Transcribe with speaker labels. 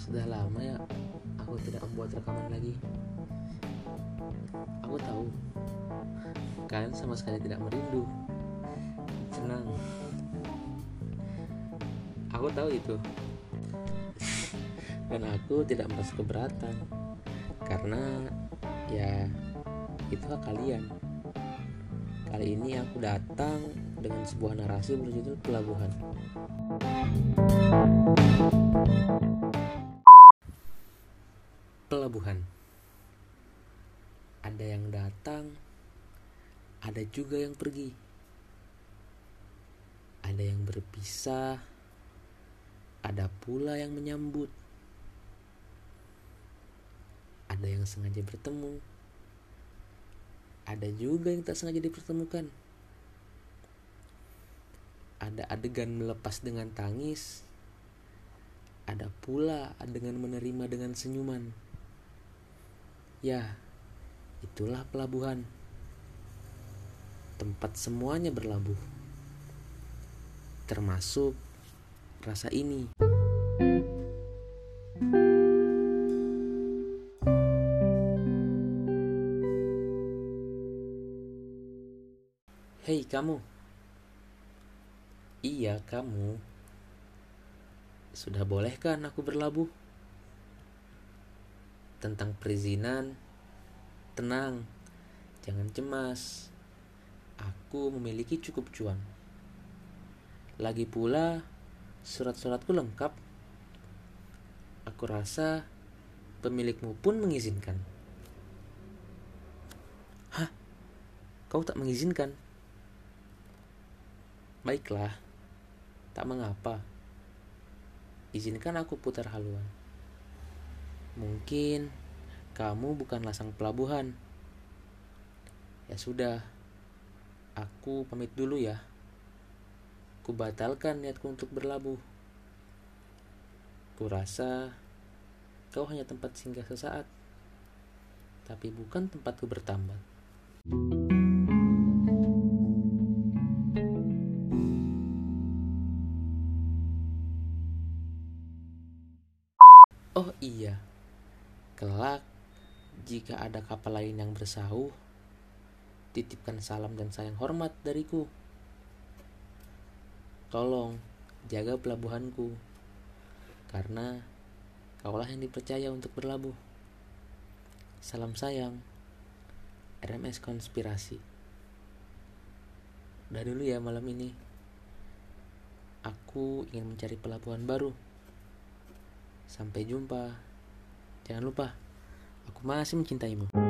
Speaker 1: Sudah lama ya aku tidak membuat rekaman lagi. Aku tahu kalian sama sekali tidak merindu. Senang. Aku tahu itu. Dan aku tidak merasa keberatan. Karena ya itu hak kalian. Kali ini aku datang dengan sebuah narasi berjudul Pelabuhan. Pelabuhan. Ada yang datang, ada juga yang pergi. Ada yang berpisah, ada pula yang menyambut. Ada yang sengaja bertemu, ada juga yang tak sengaja dipertemukan. Ada adegan melepas dengan tangis, ada pula adegan menerima dengan senyuman. Ya, itulah pelabuhan. Tempat semuanya berlabuh. Termasuk rasa ini. Hei kamu. Iya kamu. Sudah bolehkan aku berlabuh? Tentang perizinan, tenang, jangan cemas. Aku memiliki cukup cuan. Lagi pula, surat-suratku lengkap. Aku rasa pemilikmu pun mengizinkan. Hah? Kau tak mengizinkan? Baiklah, tak mengapa. Izinkan aku putar haluan. Mungkin kamu bukanlah sang pelabuhan. Ya sudah, aku pamit dulu ya. Ku batalkan niatku untuk berlabuh. Ku rasa kau hanya tempat singgah sesaat, tapi bukan tempatku bertambat. Oh iya, kelak jika ada kapal lain yang bersauh, titipkan salam dan sayang hormat dariku. Tolong jaga pelabuhanku, karena kaulah yang dipercaya untuk berlabuh. Salam sayang, RMS Konspirasi. Udah dulu ya malam ini. Aku ingin mencari pelabuhan baru. Sampai jumpa. Jangan lupa, aku masih mencintaimu.